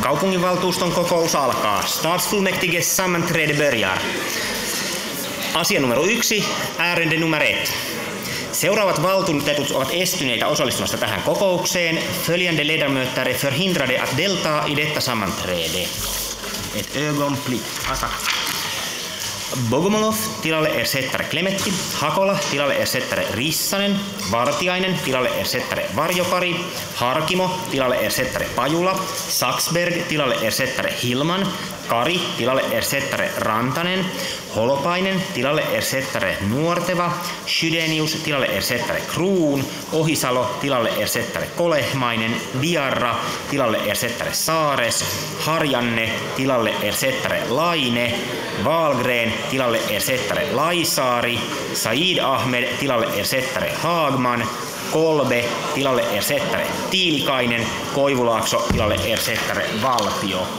Kaupunginvaltuuston kokous alkaa. Stadsfullmäktiges sammanträde börjar. Asia numero 1, ärende nummer 1. Seuraavat valtuutetut ovat estyneitä osallistumasta tähän kokoukseen. Följande ledamöter är förhindrade att delta i detta sammanträde. Ett ögonblick. Bogomolov, tilalle ersättare Klemetti. Hakola, tilalle ersättare Rissanen. Vartiainen, tilalle ersättare Varjopari. Harkimo, tilalle ersättare Pajula. Saxberg, tilalle ersättare Hillman. Kari, tilalle ersättare Rantanen. Holopainen, tilalle ersättare Nuorteva. Chydenius, tilalle ersättare Kruun. Ohisalo, tilalle ersättare Kolehmainen. Viarra, tilalle ersättare Saares. Harjanne, tilalle ersättare Laine. Wahlgren, tilalle ersättare Laisaari. Said Ahmed, tilalle ersättare Hagman. Kolbe, tilalle ersättare Tiilikainen. Koivulaakso, tilalle ersättare Valtio.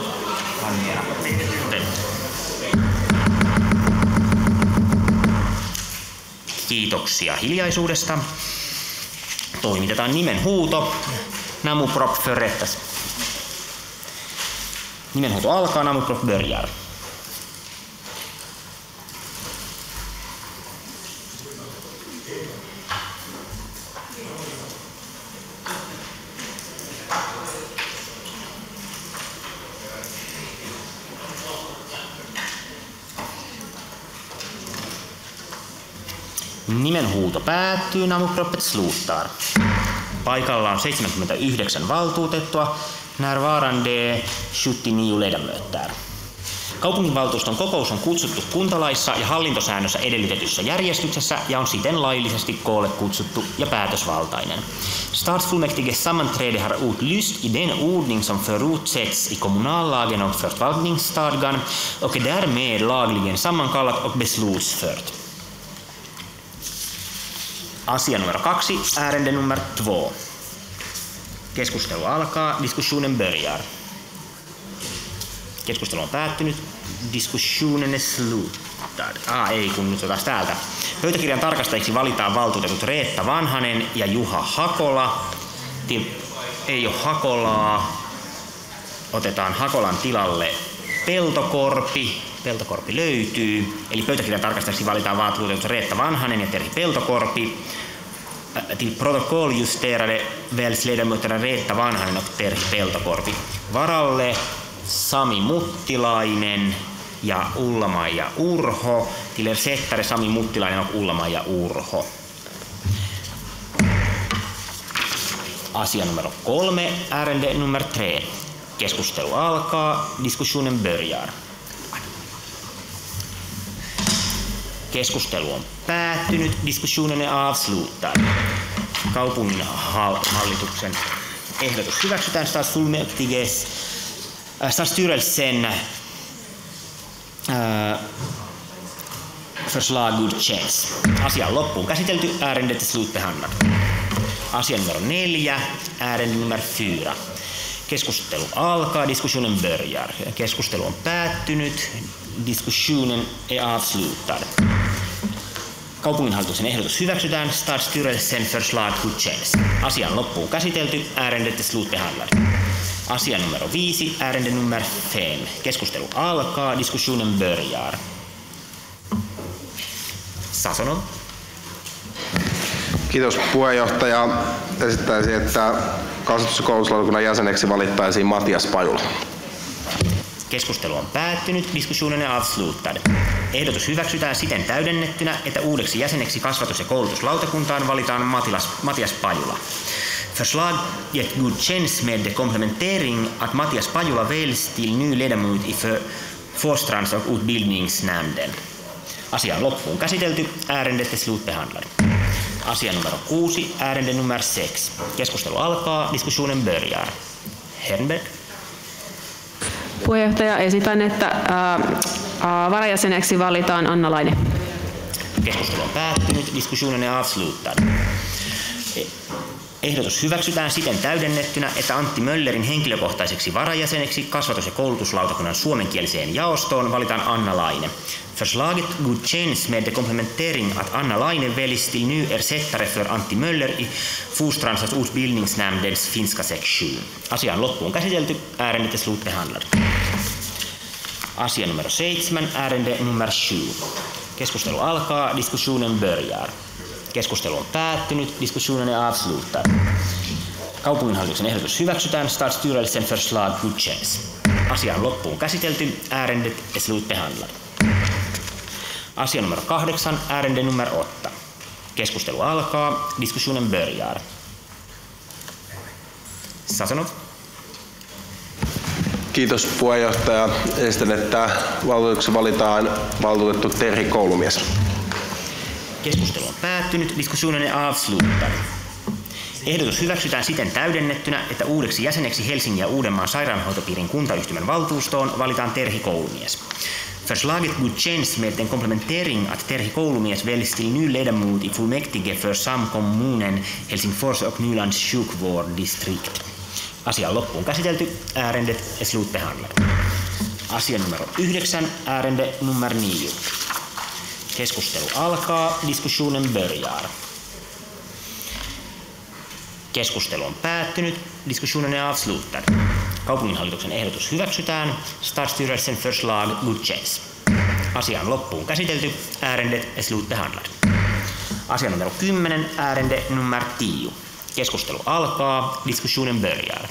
Kiitoksia hiljaisuudesta. Toimitetaan nimenhuuto. Namuprop förrättas. Nimenhuuto alkaa, namuprop börjar. Nimenhuuto päättyy, namuproppet slutar. Paikalla on 79 valtuutettua, närvarande 79 ledamöter. Kaupunginvaltuuston kokous on kutsuttu kuntalaissa ja hallintosäännössä edellytetyssä järjestyksessä ja on siten laillisesti koolle kutsuttu ja päätösvaltainen. Stadsfullmäktiges sammanträde har utlyst i den ordning som förutsätts i kommunallagen och förvaltningsstadgan och är därmed lagligen sammankallat och beslutsfört. Asia numero 2, ärende nummer 2. Keskustelu alkaa, diskussionen börjar. Keskustelu on päättynyt, diskussionen är slutad. Ei, kun nyt otetaan täältä. Pöytäkirjan tarkastajiksi valitaan valtuutetut Reetta Vanhanen ja Juha Hakola. Ei ole Hakolaa. Otetaan Hakolan tilalle Peltokorpi. Peltokorpi löytyy. Eli pöytäkirjan tarkastajiksi valitaan valtuutetut Reetta Vanhanen ja Terhi Peltokorpi. Till protokoll justerade väljs ledamöterna Reetta Vanhanen och Terhi Peltokorpi. Varalle Sami Muttilainen ja Ulla-Maija Urho. Till ersättare Sami Muttilainen och Ulla-Maija Urho. Asia numero 3, ärende nummer 3. Keskustelu alkaa, diskussionen börjar. Keskustelu on päättynyt, diskussionen är avslutad. Kaupungin hallituksen ehdotus hyväksytään Stadsstyrelsen förslag godkänns. Asia on loppuun käsitelty, ärendet är slutbehandlat. Asia numero 4, ärende nummer 4. Keskustelu alkaa, diskussionen börjar. Keskustelu on päättynyt, diskussionen är avslutad. Kaupunginhallituksen ehdotus hyväksytään, Stadsstyrelsen förslag godkänns. Asia on loppuun käsitelty, ärendet är slutbehandlat. Asia numero 5, ärende nummer 5. Keskustelu alkaa, diskussionen börjar. Sasonov. Kiitos puheenjohtaja. Esittäisin, että kasvatus- ja koulutuslautakunnan jäseneksi valittaisiin Matias Pajula. Keskustelu on päättynyt, diskussionen är avslutad. Ehdotus hyväksytään siten täydennettynä, että uudeksi jäseneksi kasvatus- ja koulutuslautakuntaan valitaan Matias Pajula. Förslaget godkänns med komplementering att Matias Pajula väljs till ny ledamot i Fostrans- och utbildningsnämnden. Asia on loppuun käsitelty, ärendet är slutbehandlad. Asia numero 6, ärende nummer 6. Keskustelu alkaa, diskussionen börjar. Hernberg. Puheenjohtaja, esitän, että varajäseneksi valitaan Anna Laine. Keskustelu on päättynyt, diskussionen är avslutad. Ehdotus hyväksytään siten täydennettynä, että Antti Möllerin henkilökohtaiseksi varajäseneksi kasvatus- ja koulutuslautakunnan suomenkieliseen jaostoon valitaan Anna Laine. Förslaget godkänns med det komplementering att Anna Laine väljs till ny ersättare för Antti Möller i Fostrans- och utbildningsnämndens finska sektion. Asia on loppuun käsitelty, ärendet är slutbehandlad. Asia numero 7, ärende nummer 7. Keskustelu alkaa, diskussionen börjar. Keskustelu on päättynyt, diskussionen är avslutad. Kaupunginhallituksen ehdotus hyväksytään, stadsstyrelsen förslag godkänns. Asia on loppuun käsitelty, ärendet är slutbehandlad. Asia numero 8, ärende nummer 8. Keskustelu alkaa, diskussionen börjar. Sasanov. Kiitos puheenjohtaja. Esitän, että valtuutetuksi valitaan valtuutettu Terhi Koulumies. Keskustelu on päättynyt, diskussionen är avslutad. Ehdotus hyväksytään siten täydennettynä, että uudeksi jäseneksi Helsingin ja Uudenmaan sairaanhoitopiirin kuntayhtymän valtuustoon valitaan Terhi Koulumies. Förslaget godkänns med en komplementering att Terhi Koulumies väljs till ny ledamot i fullmäktige för samkommunen Helsingfors och Nylands sjukvårdsdistrikt. Asia on loppuun käsitelty, ärendet är slutbehandlad. Asia numero 9, ärende nummer 9. Keskustelu alkaa, diskussionen börjar. Keskustelu on päättynyt, diskussionen är avslutad. Kaupunginhallituksen ehdotus hyväksytään, stadsstyrelsen förslag godkänns. Asia on loppuun käsitelty, ärendet är slutbehandlad. Asia numero 10, ärende nummer 10. Keskustelu alkaa, diskussionen börjar.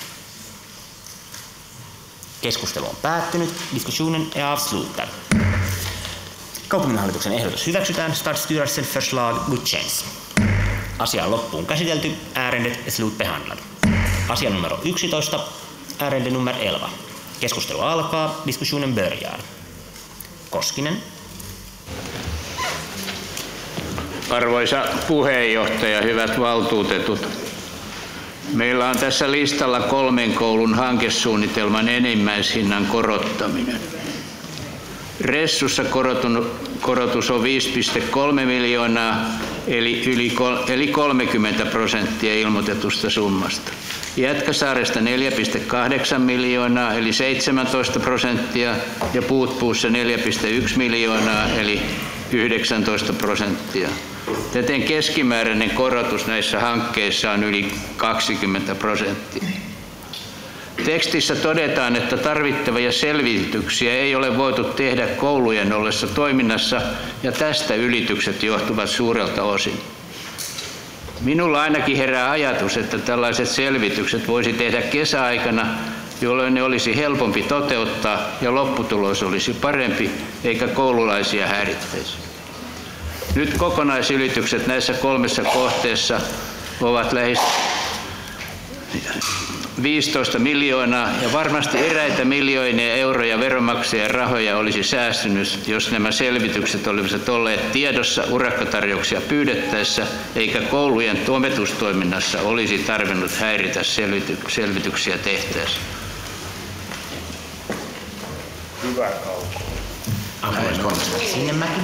Keskustelu on päättynyt, diskussionen är avslutad. Kaupunginhallituksen ehdotus hyväksytään, stadsstyrelsen förslag godkänns. Asia on loppuun käsitelty, ärendet är slutbehandlad. Asia numero 11, ärende nummer 11. Keskustelu alkaa, diskussionen börjar. Koskinen. Arvoisa puheenjohtaja, hyvät valtuutetut. Meillä on tässä listalla 3 koulun hankesuunnitelman enimmäishinnan korottaminen. Ressussa korotus on 5,3 miljoonaa eli 30% ilmoitetusta summasta. Jätkäsaaresta 4,8 miljoonaa eli 17% ja Puutpuussa 4,1 miljoonaa eli 19%. Täten keskimääräinen korotus näissä hankkeissa on yli 20%. Tekstissä todetaan, että tarvittavia selvityksiä ei ole voitu tehdä koulujen ollessa toiminnassa ja tästä ylitykset johtuvat suurelta osin. Minulla ainakin herää ajatus, että tällaiset selvitykset voisi tehdä kesäaikana, jolloin ne olisi helpompi toteuttaa ja lopputulos olisi parempi eikä koululaisia häirittäisi. Nyt kokonaisylitykset näissä 3 kohteessa ovat lähes 15 miljoonaa ja varmasti eräitä miljoonia euroja veronmaksajien rahoja olisi säästynyt, jos nämä selvitykset olisivat olleet tiedossa urakkatarjouksia pyydettäessä, eikä koulujen opetustoiminnassa olisi tarvinnut häiritä selvityksiä tehtäessä. Hyvä kaupunki. Sinnemäki.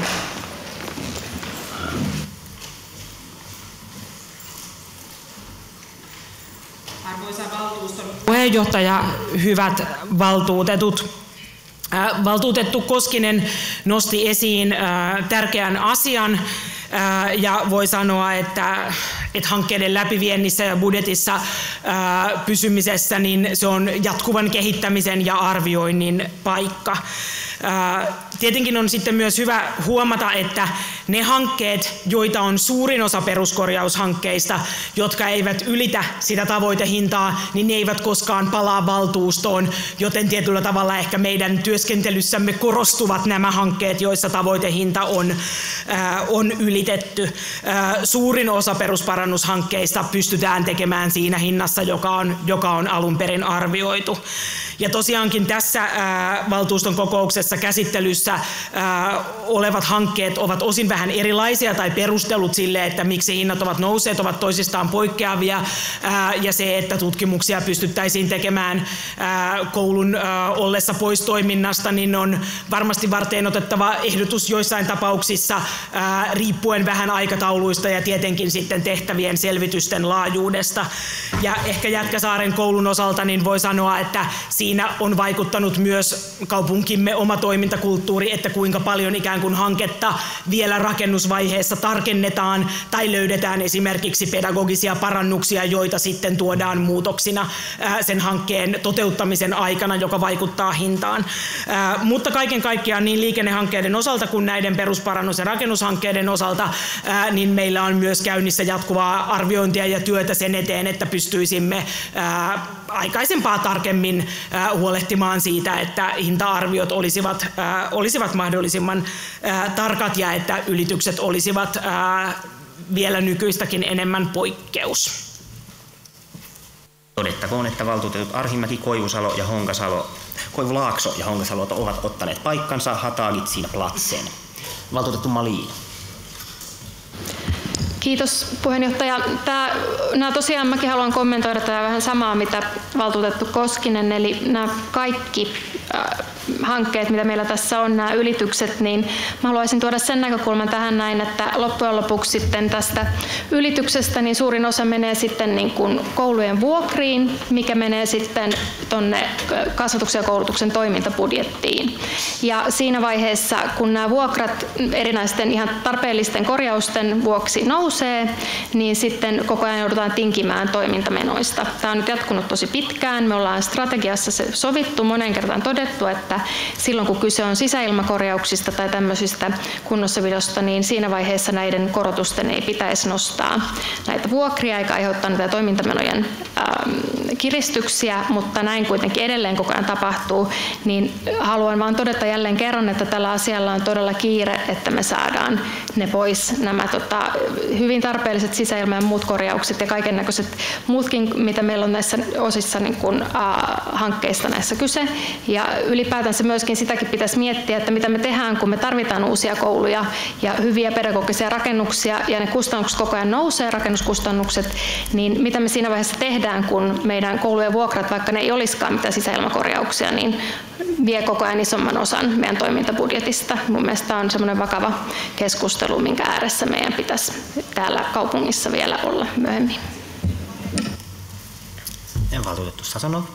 Arvoisa valtuuston puheenjohtaja, hyvät valtuutetut. Valtuutettu Koskinen nosti esiin tärkeän asian ja voi sanoa, että hankkeiden läpiviennissä ja budjetissa pysymisessä niin se on jatkuvan kehittämisen ja arvioinnin paikka. Tietenkin on sitten myös hyvä huomata, että ne hankkeet, joita on suurin osa peruskorjaushankkeista, jotka eivät ylitä sitä tavoitehintaa, niin ne eivät koskaan palaa valtuustoon, joten tietyllä tavalla ehkä meidän työskentelyssämme korostuvat nämä hankkeet, joissa tavoitehinta on ylitetty. Suurin osa perusparannushankkeista pystytään tekemään siinä hinnassa, joka on alun perin arvioitu. Ja tosiaankin tässä valtuuston kokouksessa julkisuudessa käsittelyssä olevat hankkeet ovat osin vähän erilaisia tai perustelut sille, että miksi hinnat ovat nousseet, ovat toisistaan poikkeavia ja se, että tutkimuksia pystyttäisiin tekemään koulun ollessa pois toiminnasta, niin on varmasti varteenotettava ehdotus joissain tapauksissa riippuen vähän aikatauluista ja tietenkin sitten tehtävien selvitysten laajuudesta. Ja ehkä Jätkäsaaren koulun osalta niin voi sanoa, että siinä on vaikuttanut myös kaupunkimme oma toimintakulttuuri, että kuinka paljon ikään kuin hanketta vielä rakennusvaiheessa tarkennetaan tai löydetään esimerkiksi pedagogisia parannuksia, joita sitten tuodaan muutoksina sen hankkeen toteuttamisen aikana, joka vaikuttaa hintaan. Mutta kaiken kaikkiaan niin liikennehankkeiden osalta kuin näiden perusparannus- ja rakennushankkeiden osalta, niin meillä on myös käynnissä jatkuvaa arviointia ja työtä sen eteen, että pystyisimme aikaisempaa tarkemmin huolehtimaan siitä, että hinta-arviot olisivat mahdollisimman tarkat ja että ylitykset olisivat vielä nykyistäkin enemmän poikkeus. Todettakoon, että valtuutetut Arhimäki, Koivulaakso ja Honkasalo ovat ottaneet paikkansa Hatagit siinä platsen. Valtuutettu Malin. Kiitos puheenjohtaja. Nämä tosiaan mäkin haluan kommentoida vähän samaa, mitä valtuutettu Koskinen, eli nämä kaikki hankkeet, mitä meillä tässä on, nämä ylitykset, niin mä haluaisin tuoda sen näkökulman tähän näin, että loppujen lopuksi sitten tästä ylityksestä niin suurin osa menee sitten niin kuin koulujen vuokriin, mikä menee sitten tuonne kasvatuksen ja koulutuksen toimintabudjettiin. Ja siinä vaiheessa, kun nämä vuokrat erinäisten ihan tarpeellisten korjausten vuoksi nousee, niin sitten koko ajan joudutaan tinkimään toimintamenoista. Tämä on nyt jatkunut tosi pitkään. Me ollaan strategiassa se sovittu, monen kertaan todettu, että silloin kun kyse on sisäilmakorjauksista tai tämmöisistä kunnossapidosta, niin siinä vaiheessa näiden korotusten ei pitäisi nostaa näitä vuokria eikä aiheuttaa näitä toimintamenojen kiristyksiä, mutta näin kuitenkin edelleen koko ajan tapahtuu, niin haluan vaan todeta jälleen kerran, että tällä asialla on todella kiire, että me saadaan ne pois, nämä hyvin tarpeelliset sisäilma- ja muut korjaukset ja kaikennäköiset muutkin, mitä meillä on näissä osissa niin kuin, hankkeista näissä kyse. Ja ylipäätänsä myöskin sitäkin pitäisi miettiä, että mitä me tehdään, kun me tarvitaan uusia kouluja ja hyviä pedagogisia rakennuksia ja ne kustannukset koko ajan nousee, rakennuskustannukset, niin mitä me siinä vaiheessa tehdään, kun meidän koulujen vuokrat, vaikka ne ei olisikaan mitään sisäilmakorjauksia, niin vie koko ajan isomman osan meidän toimintabudjetista. Mun mielestä tämä on semmoinen vakava keskustelu, minkä ääressä meidän pitäisi täällä kaupungissa vielä olla myöhemmin. Valtuutettu Sasano.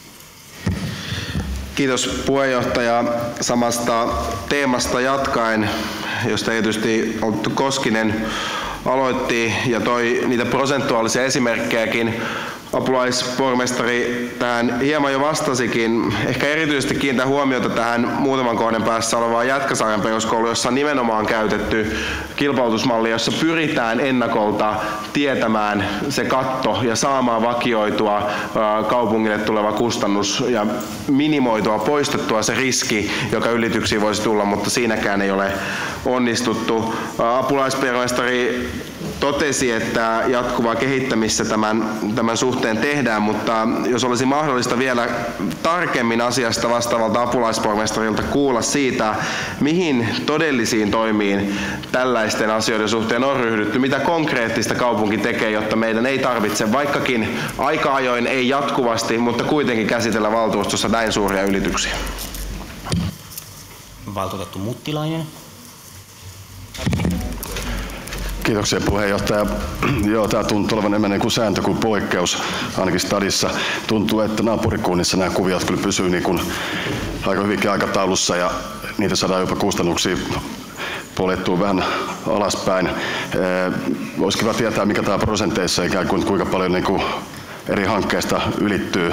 Kiitos puheenjohtaja. Samasta teemasta jatkaen, josta tietysti Olttu Koskinen aloitti ja toi niitä prosentuaalisia esimerkkejäkin. Apulaispormestari tähän hieman jo vastasikin. Ehkä erityisesti kiinnitän huomiota tähän muutaman kohden päässä olevaan Jätkäsaaren peruskouluun, jossa on nimenomaan käytetty kilpailutusmallia, jossa pyritään ennakolta tietämään se katto ja saamaan vakioitua kaupungille tuleva kustannus ja minimoitua, poistettua se riski, joka ylityksiin voisi tulla, mutta siinäkään ei ole onnistuttu. Apulaispormestari totesi, että jatkuvaa kehittämistä tämän suhteen tehdään, mutta jos olisi mahdollista vielä tarkemmin asiasta vastaavalta apulaispormestarilta kuulla siitä, mihin todellisiin toimiin tällaisten asioiden suhteen on ryhdytty, mitä konkreettista kaupunki tekee, jotta meidän ei tarvitse, vaikkakin aika ajoin ei jatkuvasti, mutta kuitenkin käsitellä valtuustossa näin suuria ylityksiä. Valtuutettu Muttilainen. Kiitoksia puheenjohtaja. Joo, tämä tuntuu olevan enemmän kuin sääntö kuin poikkeus, ainakin stadissa. Tuntuu, että naapurikunnissa nämä kuviot kyllä pysyy niin kuin aika hyvinkin aikataulussa ja niitä saadaan jopa kustannuksia poljettua vähän alaspäin. Olisi kiva tietää, mikä tämä prosenteissa ikään kuin kuinka paljon niin kuin eri hankkeista ylittyy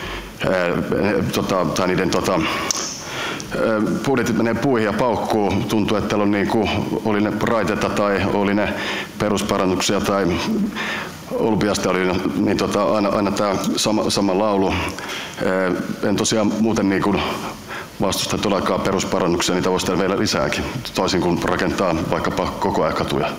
tai niiden budjetit menee puihin ja paukkuu. Tuntuu, että täällä on niin kuin, oli ne raiteita tai oli ne perusparannuksia tai Olympiasta oli niin aina tämä sama laulu. En tosiaan muuten niin kuin vastusta todellakaan perusparannuksia, niitä voisi tehdä vielä lisääkin, toisin kuin rakentaa vaikkapa koko ajan katuja.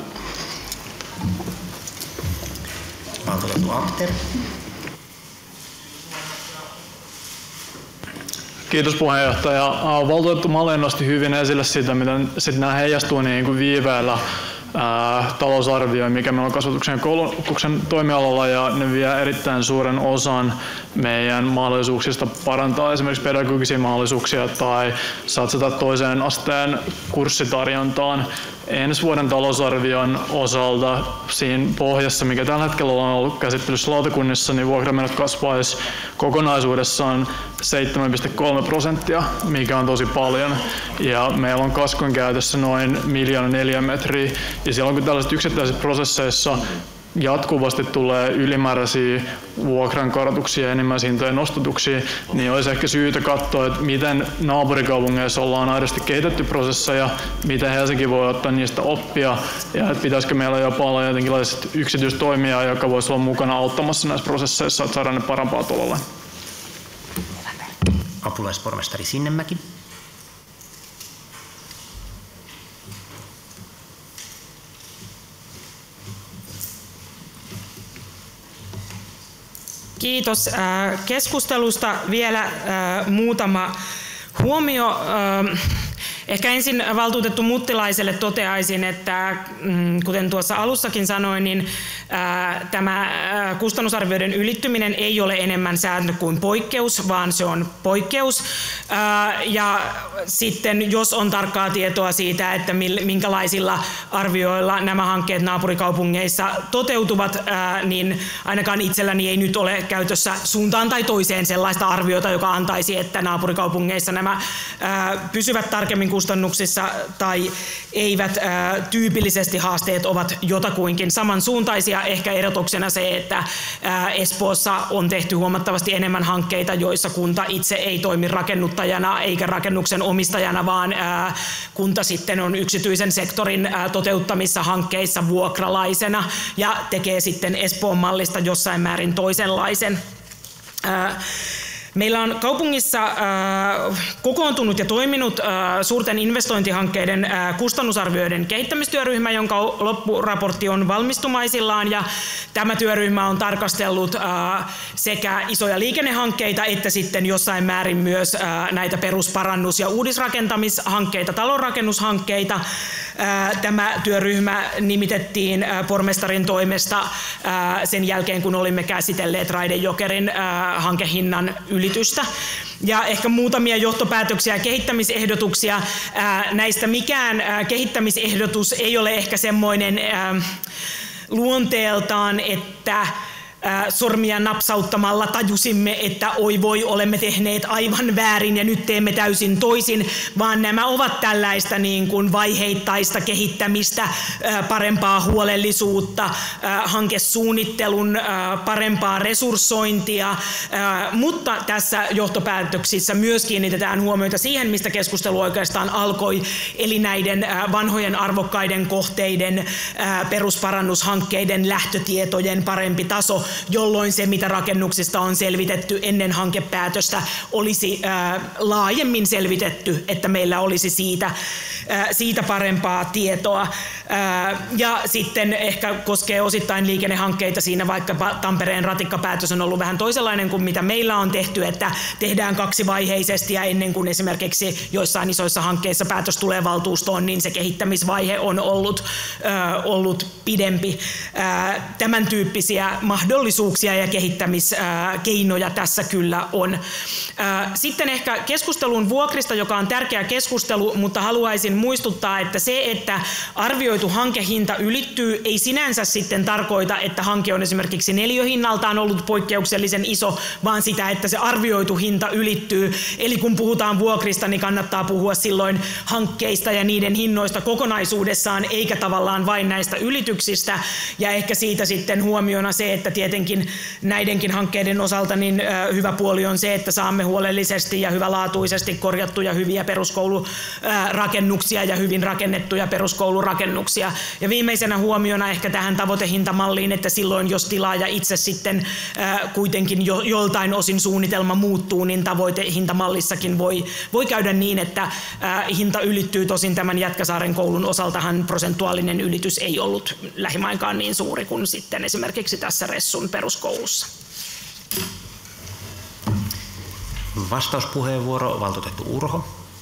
Valtuutettu Ahter. Kiitos puheenjohtaja. Valtuutettu Malin nosti hyvin esille sitä, miten nämä heijastuu niin kuin viiveellä talousarvioon, mikä meillä on kasvatuksen ja koulutuksen toimialalla, ja ne vie erittäin suuren osan meidän mahdollisuuksista parantaa esimerkiksi pedagogisia mahdollisuuksia tai satsata toiseen asteen kurssitarjontaan. Ensi vuoden talousarvion osalta siinä pohjassa, mikä tällä hetkellä on ollut käsittelyssä lautakunnissa, niin vuokramenot kasvaisi kokonaisuudessaan 7,3%, mikä on tosi paljon. Ja meillä on kaskon käytössä noin 1 miljoona neliömetriä. Ja silloin kun tällaiset yksittäisissä prosesseissa jatkuvasti tulee ylimääräisiä vuokrankorotuksia ja enimmäishintojen nostotuksia, niin olisi ehkä syytä katsoa, että miten naapurikaupungeissa ollaan aidosti kehitetty prosesseja, miten Helsinki voi ottaa niistä oppia, ja että pitäisikö meillä jopa olla jotenkinlaiset yksityistoimijaa, joka voisi olla mukana auttamassa näissä prosesseissa, että saadaan ne parempaa tolalle. Apulaispormestari Sinnemäki. Kiitos keskustelusta. Vielä muutama huomio. Ehkä ensin valtuutettu Muttilaiselle toteaisin, että kuten tuossa alussakin sanoin, niin tämä kustannusarvioiden ylittyminen ei ole enemmän sääntö kuin poikkeus, vaan se on poikkeus. Ja sitten jos on tarkkaa tietoa siitä, että minkälaisilla arvioilla nämä hankkeet naapurikaupungeissa toteutuvat, niin ainakaan itselläni ei nyt ole käytössä suuntaan tai toiseen sellaista arviota, joka antaisi, että naapurikaupungeissa nämä pysyvät tarkemmin kustannuksissa tai eivät. Tyypillisesti haasteet ovat jotakuinkin samansuuntaisia. Ehkä erotuksena se, että Espoossa on tehty huomattavasti enemmän hankkeita, joissa kunta itse ei toimi rakennuttajana eikä rakennuksen omistajana, vaan kunta sitten on yksityisen sektorin toteuttamissa hankkeissa vuokralaisena ja tekee sitten Espoon mallista jossain määrin toisenlaisen. Meillä on kaupungissa kokoontunut ja toiminut suurten investointihankkeiden kustannusarvioiden kehittämistyöryhmä, jonka loppuraportti on valmistumaisillaan, ja tämä työryhmä on tarkastellut sekä isoja liikennehankkeita että sitten jossain määrin myös näitä perusparannus- ja uudisrakentamishankkeita, talonrakennushankkeita. Tämä työryhmä nimitettiin pormestarin toimesta sen jälkeen, kun olimme käsitelleet Raidejokerin hankehinnan ylitystä. Ja ehkä muutamia johtopäätöksiä ja kehittämisehdotuksia. Näistä mikään kehittämisehdotus ei ole ehkä semmoinen luonteeltaan, että sormia napsauttamalla tajusimme, että oi voi, olemme tehneet aivan väärin ja nyt teemme täysin toisin, vaan nämä ovat tällaista niin kuin vaiheittaista kehittämistä, parempaa huolellisuutta, hankesuunnittelun parempaa resurssointia, mutta tässä johtopäätöksissä myös kiinnitetään huomiota siihen, mistä keskustelu oikeastaan alkoi, eli näiden vanhojen arvokkaiden kohteiden perusparannushankkeiden lähtötietojen parempi taso, jolloin se, mitä rakennuksista on selvitetty ennen hankepäätöstä, olisi laajemmin selvitetty, että meillä olisi siitä parempaa tietoa. Ja sitten ehkä koskee osittain liikennehankkeita siinä, vaikka Tampereen ratikkapäätös on ollut vähän toisenlainen kuin mitä meillä on tehty, että tehdään kaksivaiheisesti ja ennen kuin esimerkiksi joissain isoissa hankkeissa päätös tulee valtuustoon, niin se kehittämisvaihe on ollut pidempi. Tämän tyyppisiä mahdollisuuksia ja kehittämiskeinoja tässä kyllä on. Sitten ehkä keskustelun vuokrista, joka on tärkeä keskustelu, mutta haluaisin muistuttaa, että se, että arvioitu hankehinta ylittyy, ei sinänsä sitten tarkoita, että hanke on esimerkiksi neliöhinnaltaan ollut poikkeuksellisen iso, vaan sitä, että se arvioitu hinta ylittyy. Eli kun puhutaan vuokrista, niin kannattaa puhua silloin hankkeista ja niiden hinnoista kokonaisuudessaan, eikä tavallaan vain näistä ylityksistä. Ja ehkä siitä sitten huomiona se, että tietenkin näidenkin hankkeiden osalta niin hyvä puoli on se, että saamme huolellisesti ja hyvälaatuisesti korjattuja hyviä peruskoulurakennuksia ja hyvin rakennettuja peruskoulurakennuksia. Ja viimeisenä huomiona ehkä tähän tavoitehintamalliin, että silloin jos tilaaja itse sitten kuitenkin joltain osin suunnitelma muuttuu, niin tavoitehintamallissakin voi käydä niin, että hinta ylittyy. Tosin tämän Jätkäsaaren koulun osaltahan prosentuaalinen ylitys ei ollut lähimainkaan niin suuri kuin sitten esimerkiksi tässä Ressun peruskoulussa. Vastauspuheenvuoro, valtuutettu Urho.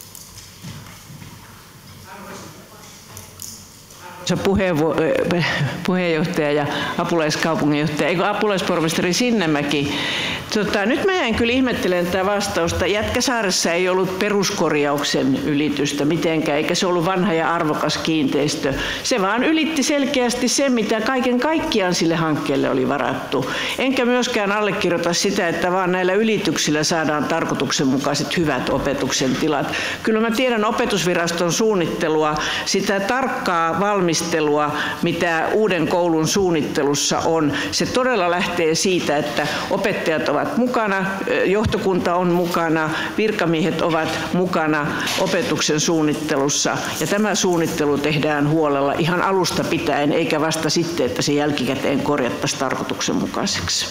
Puheenjohtaja ja apulaiskaupunginjohtaja, apulaispormestari Sinnemäki. Nyt mä jäin kyllä ihmettelen tätä vastausta. Jätkäsaaressa ei ollut peruskorjauksen ylitystä mitenkään, eikä se ollut vanha ja arvokas kiinteistö. Se vaan ylitti selkeästi sen, mitä kaiken kaikkiaan sille hankkeelle oli varattu. Enkä myöskään allekirjoita sitä, että vaan näillä ylityksillä saadaan tarkoituksenmukaiset hyvät opetuksen tilat. Kyllä mä tiedän opetusviraston suunnittelua, sitä tarkkaa valmistelua, mitä uuden koulun suunnittelussa on. Se todella lähtee siitä, että opettajat ovat mukana, johtokunta on mukana, virkamiehet ovat mukana opetuksen suunnittelussa. Ja tämä suunnittelu tehdään huolella ihan alusta pitäen, eikä vasta sitten, että se jälkikäteen korjattaisiin tarkoituksenmukaiseksi.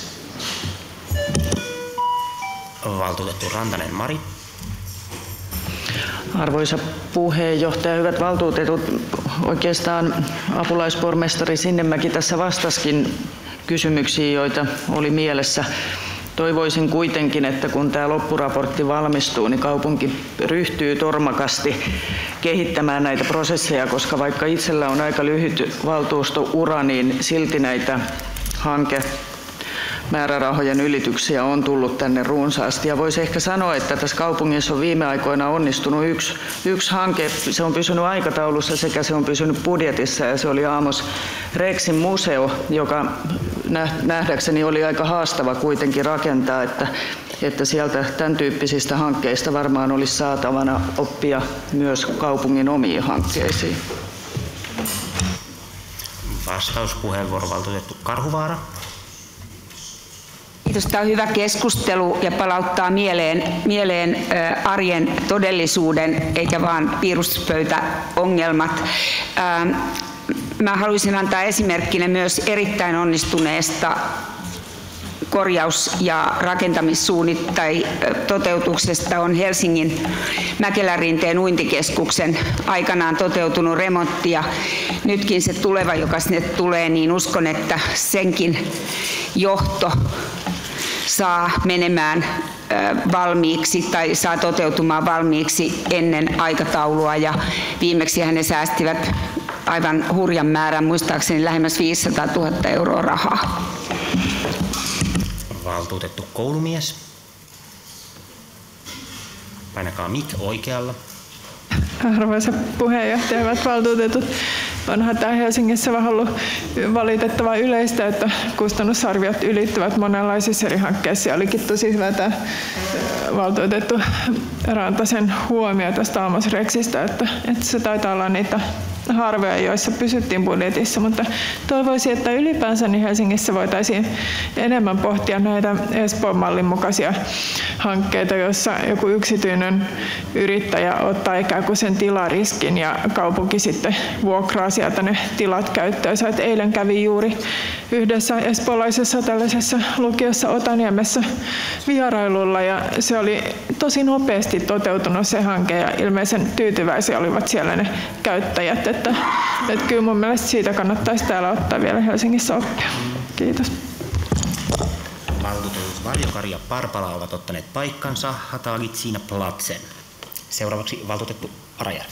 Valtuutettu Rantanen Mari. Arvoisa puheenjohtaja, hyvät valtuutetut, oikeastaan apulaispormestari Sinnemäki tässä vastasikin kysymyksiin, joita oli mielessä. Toivoisin kuitenkin, että kun tämä loppuraportti valmistuu, niin kaupunki ryhtyy tormakasti kehittämään näitä prosesseja, koska vaikka itsellä on aika lyhyt valtuustoura, niin silti näitä määrärahojen ylityksiä on tullut tänne runsaasti. Ja voisi ehkä sanoa, että tässä kaupungissa on viime aikoina onnistunut yksi hanke. Se on pysynyt aikataulussa sekä se on pysynyt budjetissa, ja se oli Amos Rexin museo, joka nähdäkseni oli aika haastava kuitenkin rakentaa, että sieltä tämän tyyppisistä hankkeista varmaan olisi saatavana oppia myös kaupungin omiin hankkeisiin. Vastauspuheenvuoro, valtuutettu Karhuvaara. Kiitos. Tämä on hyvä keskustelu ja palauttaa mieleen arjen todellisuuden eikä vaan piirustuspöytäongelmat. Mä haluaisin antaa esimerkkinä myös erittäin onnistuneesta korjaus- ja toteutuksesta on Helsingin Mäkelärinteen uintikeskuksen aikanaan toteutunut remontti, ja nytkin se tuleva, joka sinne tulee, niin uskon, että senkin johto saa menemään valmiiksi tai saa toteutumaan valmiiksi ennen aikataulua, ja viimeksi he säästivät aivan hurjan määrän, muistaakseni lähemmäs 500 000 € rahaa. Valtuutettu koulumies. Painakaa mic oikealla. Arvoisa puheenjohtaja, hyvät valtuutetut. Onhan tämä Helsingissä vähän ollut valitettava yleistä, että kustannusarviot ylittyvät monenlaisissa eri hankkeissa. Olikin tosi hyvä tämä valtuutettu Rantasen huomio tästä Amos Rexistä, että se taitaa olla niitä harvoja, joissa pysyttiin budjetissa, mutta toivoisin, että ylipäänsä niin Helsingissä voitaisiin enemmän pohtia näitä Espoon mallin mukaisia hankkeita, joissa joku yksityinen yrittäjä ottaa ikään kuin sen tilariskin ja kaupunki sitten vuokraa sieltä ne tilat käyttöön. Et eilen kävi juuri yhdessä espoolaisessa tällaisessa lukiossa Otaniemessä vierailulla, ja se oli tosi nopeasti toteutunut se hanke, ja ilmeisen tyytyväisiä olivat siellä ne käyttäjät. Että kyllä mun mielestä siitä kannattaisi täällä ottaa vielä Helsingissä oppia. Kiitos. Valtuutetut Varjokari ja Parpala ovat ottaneet paikkansa. Hatagit siinä platsen. Seuraavaksi valtuutettu Arajärvi.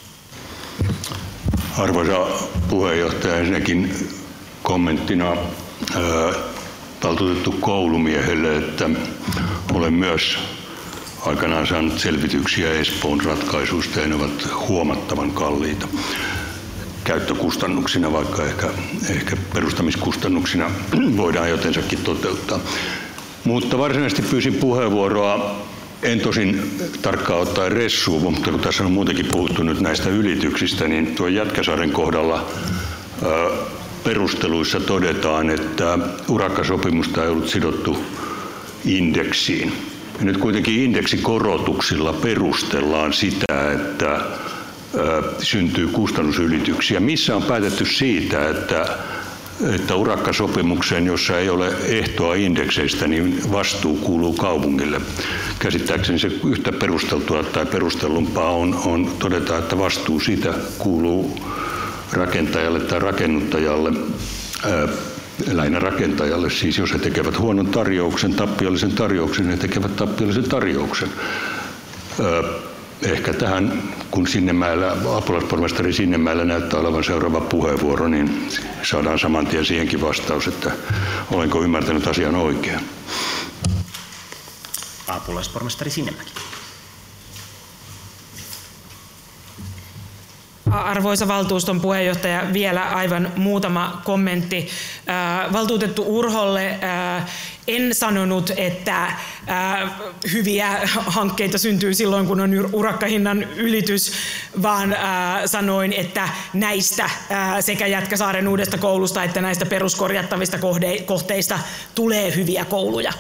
Arvoisa puheenjohtaja, ensinnäkin kommenttina valtuutettu koulumiehelle, että olen myös aikanaan saanut selvityksiä Espoon ratkaisuista, ja ne ovat huomattavan kalliita käyttökustannuksina, vaikka ehkä perustamiskustannuksina voidaan jotensakin toteuttaa. Mutta varsinaisesti pyysin puheenvuoroa, en tosin tarkkaan ottaen ressuun, mutta kun tässä on muutenkin puhuttu nyt näistä ylityksistä, niin tuon Jätkäsaaren kohdalla perusteluissa todetaan, että urakkasopimusta ei ollut sidottu indeksiin. Ja nyt kuitenkin indeksikorotuksilla perustellaan sitä, että syntyy kustannusylityksiä. Missä on päätetty siitä, että urakkasopimukseen, jossa ei ole ehtoa indekseistä, niin vastuu kuuluu kaupungille. Käsittääkseni se yhtä perusteltua tai perustellumpaa on todeta, että vastuu siitä kuuluu rakentajalle tai rakennuttajalle. lähinnä rakentajalle. Siis jos he tekevät huonon tarjouksen, tappiollisen tarjouksen, he tekevät tappiollisen tarjouksen. Ehkä tähän, kun apulaispormestari Sinnemäellä näyttää olevan seuraava puheenvuoro, niin saadaan saman tien siihenkin vastaus, että olenko ymmärtänyt asian oikein. Apulaispormestari Sinnemäki. Arvoisa valtuuston puheenjohtaja, vielä aivan muutama kommentti. Valtuutettu Urholle en sanonut, että hyviä hankkeita syntyy silloin, kun on urakkahinnan ylitys, vaan sanoin, että näistä sekä Jätkäsaaren uudesta koulusta että näistä peruskorjattavista kohteista tulee hyviä kouluja.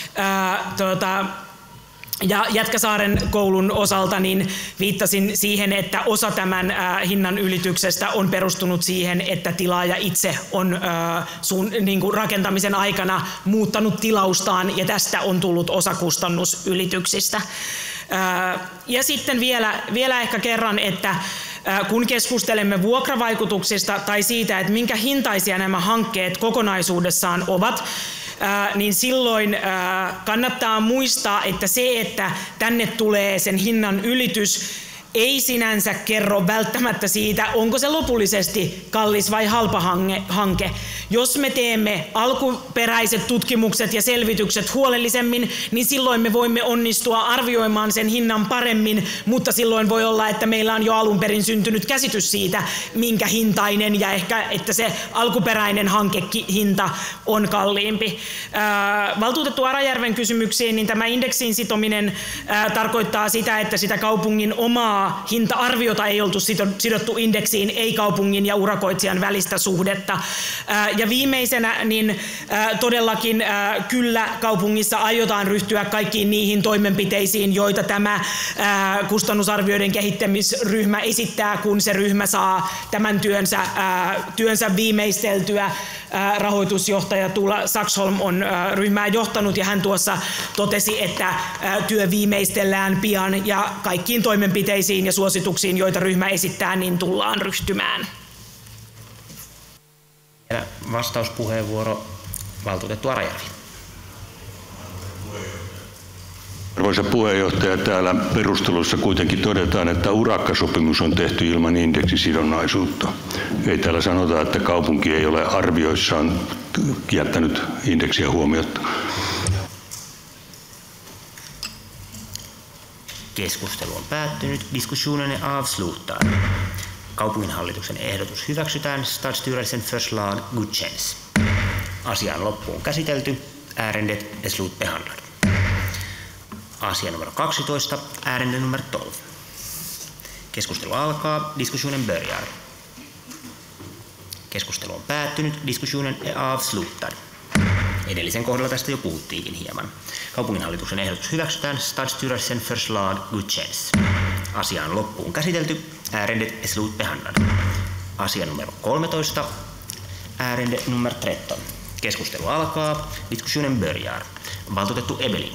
Ja Jätkäsaaren koulun osalta niin viittasin siihen, että osa tämän hinnan ylityksestä on perustunut siihen, että tilaaja itse on rakentamisen aikana muuttanut tilaustaan ja tästä on tullut osa kustannusylityksistä. Ja sitten vielä ehkä kerran, että kun keskustelemme vuokravaikutuksista tai siitä, että minkä hintaisia nämä hankkeet kokonaisuudessaan ovat, niin silloin kannattaa muistaa, että se, että tänne tulee sen hinnan ylitys, ei sinänsä kerro välttämättä siitä, onko se lopullisesti kallis vai halpa hanke. Jos me teemme alkuperäiset tutkimukset ja selvitykset huolellisemmin, niin silloin me voimme onnistua arvioimaan sen hinnan paremmin, mutta silloin voi olla, että meillä on jo alun perin syntynyt käsitys siitä, minkä hintainen ja ehkä, että se alkuperäinen hankehinta on kalliimpi. Valtuutettu Arajärven kysymyksiin, niin tämä indeksiin sitominen tarkoittaa sitä, että sitä kaupungin omaa hinta-arviota ei oltu sidottu indeksiin, ei kaupungin ja urakoitsijan välistä suhdetta. Ja viimeisenä, niin todellakin kyllä kaupungissa aiotaan ryhtyä kaikkiin niihin toimenpiteisiin, joita tämä kustannusarvioiden kehittämisryhmä esittää, kun se ryhmä saa tämän työnsä viimeisteltyä. Rahoitusjohtaja Tuula Saxholm on ryhmää johtanut ja hän tuossa totesi, että työ viimeistellään pian ja kaikkiin toimenpiteisiin ja suosituksiin, joita ryhmä esittää, niin tullaan ryhtymään. Vastauspuheenvuoro valtuutettu Arajärvi. Arvoisa puheenjohtaja, täällä perusteluissa kuitenkin todetaan, että urakkasopimus on tehty ilman indeksisidonnaisuutta. Ei täällä sanota, että kaupunki ei ole arvioissaan jättänyt indeksiä huomiotta. Keskustelu on päättynyt. Diskussionen är avslutad. Kaupunginhallituksen ehdotus hyväksytään. Stadsstyrelsen förslag godkänns. Asia on loppuun käsitelty. Ärendet är slutbehandlad. Asia numero 12. Ärende nummer 12. Keskustelu alkaa. Diskussionen börjar. Keskustelu on päättynyt. Diskussionen är avslutad. Edellisen kohdalla tästä jo puhuttiinkin hieman. Kaupunginhallituksen ehdotus hyväksytään. Stadsstyrelsen förslag godkänns. Asia on loppuun käsitelty. Ärendet är slutbehandlad. Asia numero 13. Ärende nummer 13. Keskustelu alkaa. Diskussionen börjar. Valtuutettu Ebelin.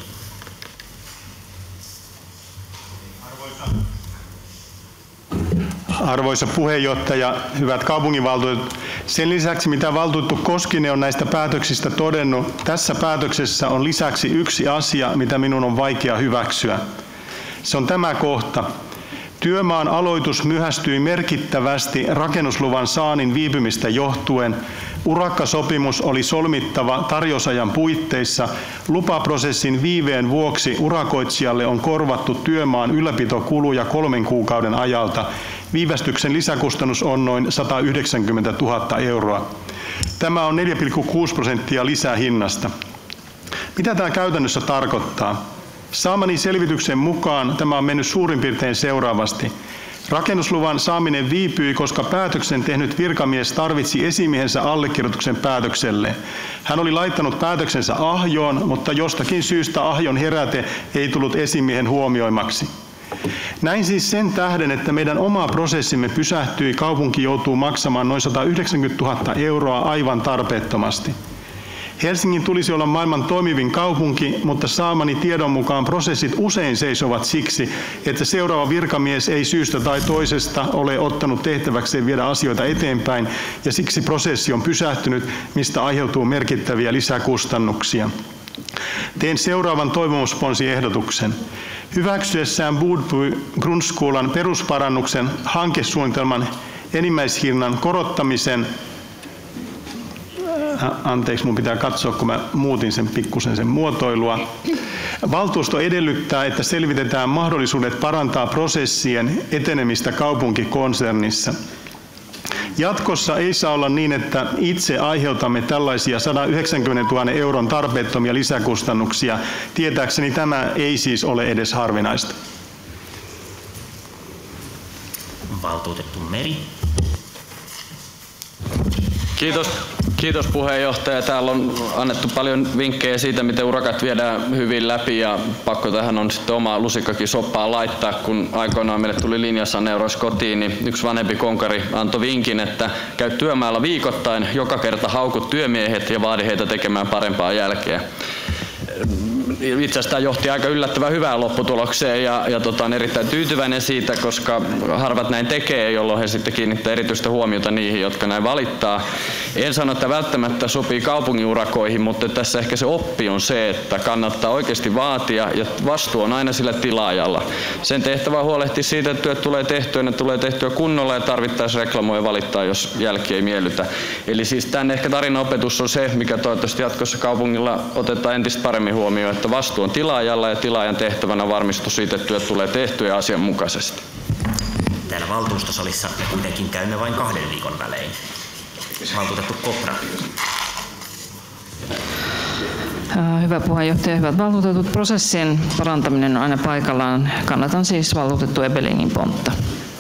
Arvoisa puheenjohtaja, hyvät kaupunginvaltuutetut, sen lisäksi mitä valtuutettu Koskinen on näistä päätöksistä todennut, tässä päätöksessä on lisäksi yksi asia, mitä minun on vaikea hyväksyä. Se on tämä kohta. Työmaan aloitus myöhästyi merkittävästi rakennusluvan saannin viipymistä johtuen. Urakkasopimus oli solmittava tarjousajan puitteissa. Lupaprosessin viiveen vuoksi urakoitsijalle on korvattu työmaan ylläpitokuluja 3 kuukauden ajalta. Viivästyksen lisäkustannus on noin 190 000 euroa. Tämä on 4,6% lisää hinnasta. Mitä tämä käytännössä tarkoittaa? Saamani selvityksen mukaan tämä on mennyt suurin piirtein seuraavasti. Rakennusluvan saaminen viipyi, koska päätöksen tehnyt virkamies tarvitsi esimiehensä allekirjoituksen päätökselle. Hän oli laittanut päätöksensä ahjoon, mutta jostakin syystä ahjon heräte ei tullut esimiehen huomioimaksi. Näin siis sen tähden, että meidän oma prosessimme pysähtyi, kaupunki joutuu maksamaan noin 190 000 euroa aivan tarpeettomasti. Helsingin tulisi olla maailman toimivin kaupunki, mutta saamani tiedon mukaan prosessit usein seisovat siksi, että seuraava virkamies ei syystä tai toisesta ole ottanut tehtäväkseen viedä asioita eteenpäin ja siksi prosessi on pysähtynyt, mistä aiheutuu merkittäviä lisäkustannuksia. Teen seuraavan toivomusponsiehdotuksen. Hyväksyessään Budby Grundskolan perusparannuksen hankesuunnitelman enimmäishinnan korottamisen, anteeksi, mun pitää katsoa, kun mä muutin sen pikkusen sen muotoilua. Valtuusto edellyttää, että selvitetään mahdollisuudet parantaa prosessien etenemistä kaupunkikonsernissa. Jatkossa ei saa olla niin, että itse aiheutamme tällaisia 190 000 euron tarpeettomia lisäkustannuksia. Tietääkseni tämä ei siis ole edes harvinaista. Valtuutettu Meri. Kiitos puheenjohtaja. Täällä on annettu paljon vinkkejä siitä, miten urakat viedään hyvin läpi ja pakko tähän on sitten oma lusikkakin soppaan laittaa. Kun aikoinaan meille tuli linjasaneuraus kotiin, niin yksi vanhempi konkari antoi vinkin, että käy työmaalla viikoittain, joka kerta haukut työmiehet ja vaadi heitä tekemään parempaa jälkeä. Itse asiassa tämä johti aika yllättävän hyvään lopputulokseen ja on erittäin tyytyväinen siitä, koska harvat näin tekee, jolloin he sitten kiinnittää erityistä huomiota niihin, jotka näin valittaa. En sano, että välttämättä sopii kaupungin urakoihin, mutta tässä ehkä se oppi on se, että kannattaa oikeasti vaatia ja vastuu on aina sillä tilaajalla. Sen tehtävä on huolehtia siitä, että työt tulee tehtyä, ne tulee tehtyä kunnolla ja tarvittaessa reklamoi ja valittaa, jos jälki ei miellytä. Eli siis tämän ehkä tarinaopetus on se, mikä toivottavasti jatkossa kaupungilla otetaan entistä paremmin huomioon, että vastuu on tilaajalla ja tilaajan tehtävänä varmistua siitä, että työt tulee tehtyä ja asianmukaisesti. Täällä valtuustosalissa me kuitenkin käymme vain 2 viikon välein. Valtuutettu Kopra. Hyvä puheenjohtaja, hyvät valtuutetut. Prosessien parantaminen on aina paikallaan. Kannatan siis valtuutettu Ebelingin pontta.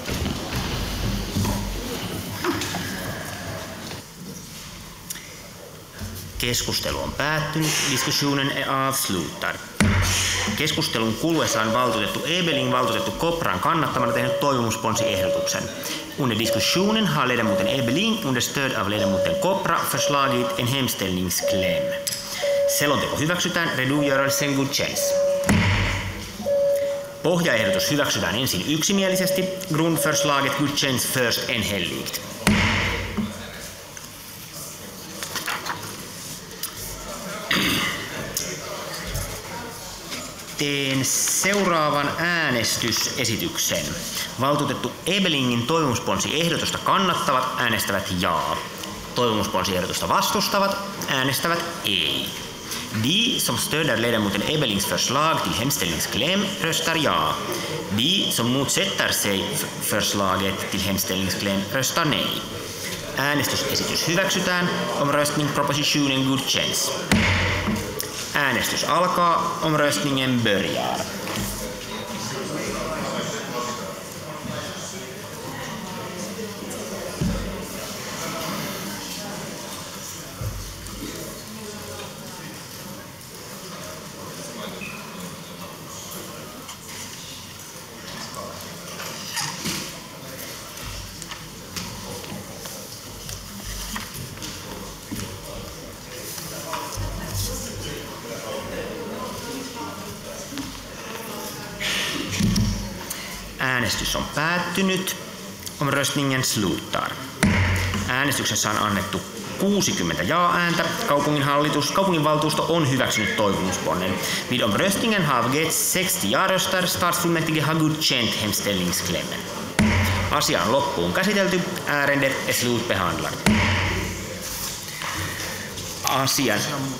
Keskustelu on päättynyt. Diskussionen är avslutad. Keskustelun kuluessaan valtuutettu Ebeling valtuutettu Kopran kannattamana tehnyt toivomusponsiehdotuksen. Under diskussionen har ledamoten Ebeling under stöd av ledamoten Kopra förslagit en hemställningskläm. Selonteko hyväksytään, redogörelsen godkänns. Pohjaehdotus hyväksytään ensin yksimielisesti. Grundförslaget godkänns först enhälligt. Teen seuraavan äänestysesityksen. Valtuutettu Ebelingin toivomusponsiehdotusta kannattavat äänestävät jaa. Toivomusponsiehdotusta vastustavat äänestävät ei. De som stöder ledamoten Ebelings förslag till hemställningskläm röstar ja. De som motsätter sig förslaget till hemställningskläm röstar nej. Äänestysesitys hyväksytään. Omröstning propositionen godkänns. Äänestys alkaa. Omröstningen börjar. Äänestys on päättynyt. Omröstningen slutar. Äänestyksessä on annettu 60 ja-ääntä. Kaupunginvaltuusto on hyväksynyt toivomusponnen. Vid omröstningen har avgetts 60 ja-röster. Stadsfullmäktige har godkänt hemställningsklämmen. Asia on loppuun käsitelty. Ärendet är slutbehandlat. Asian...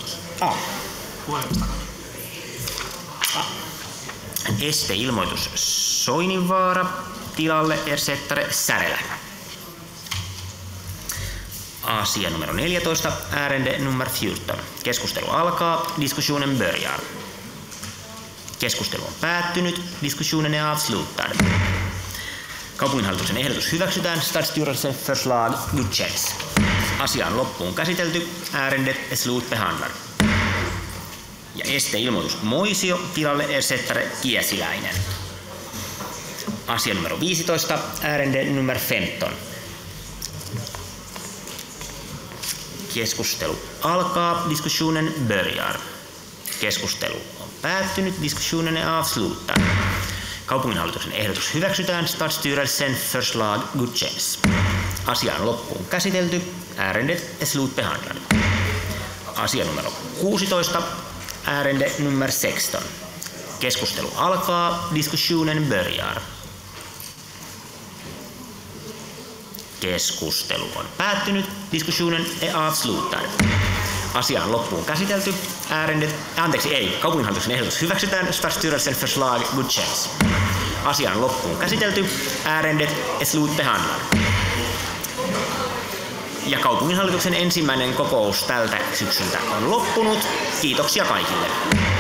Esteilmoitus Soininvaara, tilalle ersättare Särelä. Asia numero 14, ärende nummer 14. Keskustelu alkaa, diskussionen börjar. Keskustelu on päättynyt, diskussionen är avslutad. Kaupunginhallituksen ehdotus hyväksytään, Stadsstyrelsen förslag godkänns. Asia on loppuun käsitelty, ärendet är slutbehandlat. Ja esteilmoitus Moisio, tilalle ersättare Kiesiläinen. Asia numero 15, ärende nummer 15. Keskustelu alkaa. Diskussionen börjar. Keskustelu on päättynyt. Diskussionen är avslutad. Kaupunginhallituksen ehdotus hyväksytään. Stadsstyrelsen förslag godkänns. Asia on loppuun käsitelty. Ärendet är slutbehandlad. Asia numero 16. Ärende nummer 16. Keskustelu alkaa. Diskussionen börjar. Keskustelu on päättynyt. Diskussionen är avslutad. Asia on loppuun käsitelty. Kaupunginhallituksen ehdotus hyväksytään. Stadsstyrelsen förslag godkänns. Asia on loppuun käsitelty. Ärendet är slutbehandlad. Ja kaupunginhallituksen ensimmäinen kokous tältä syksyltä on loppunut. Kiitoksia kaikille.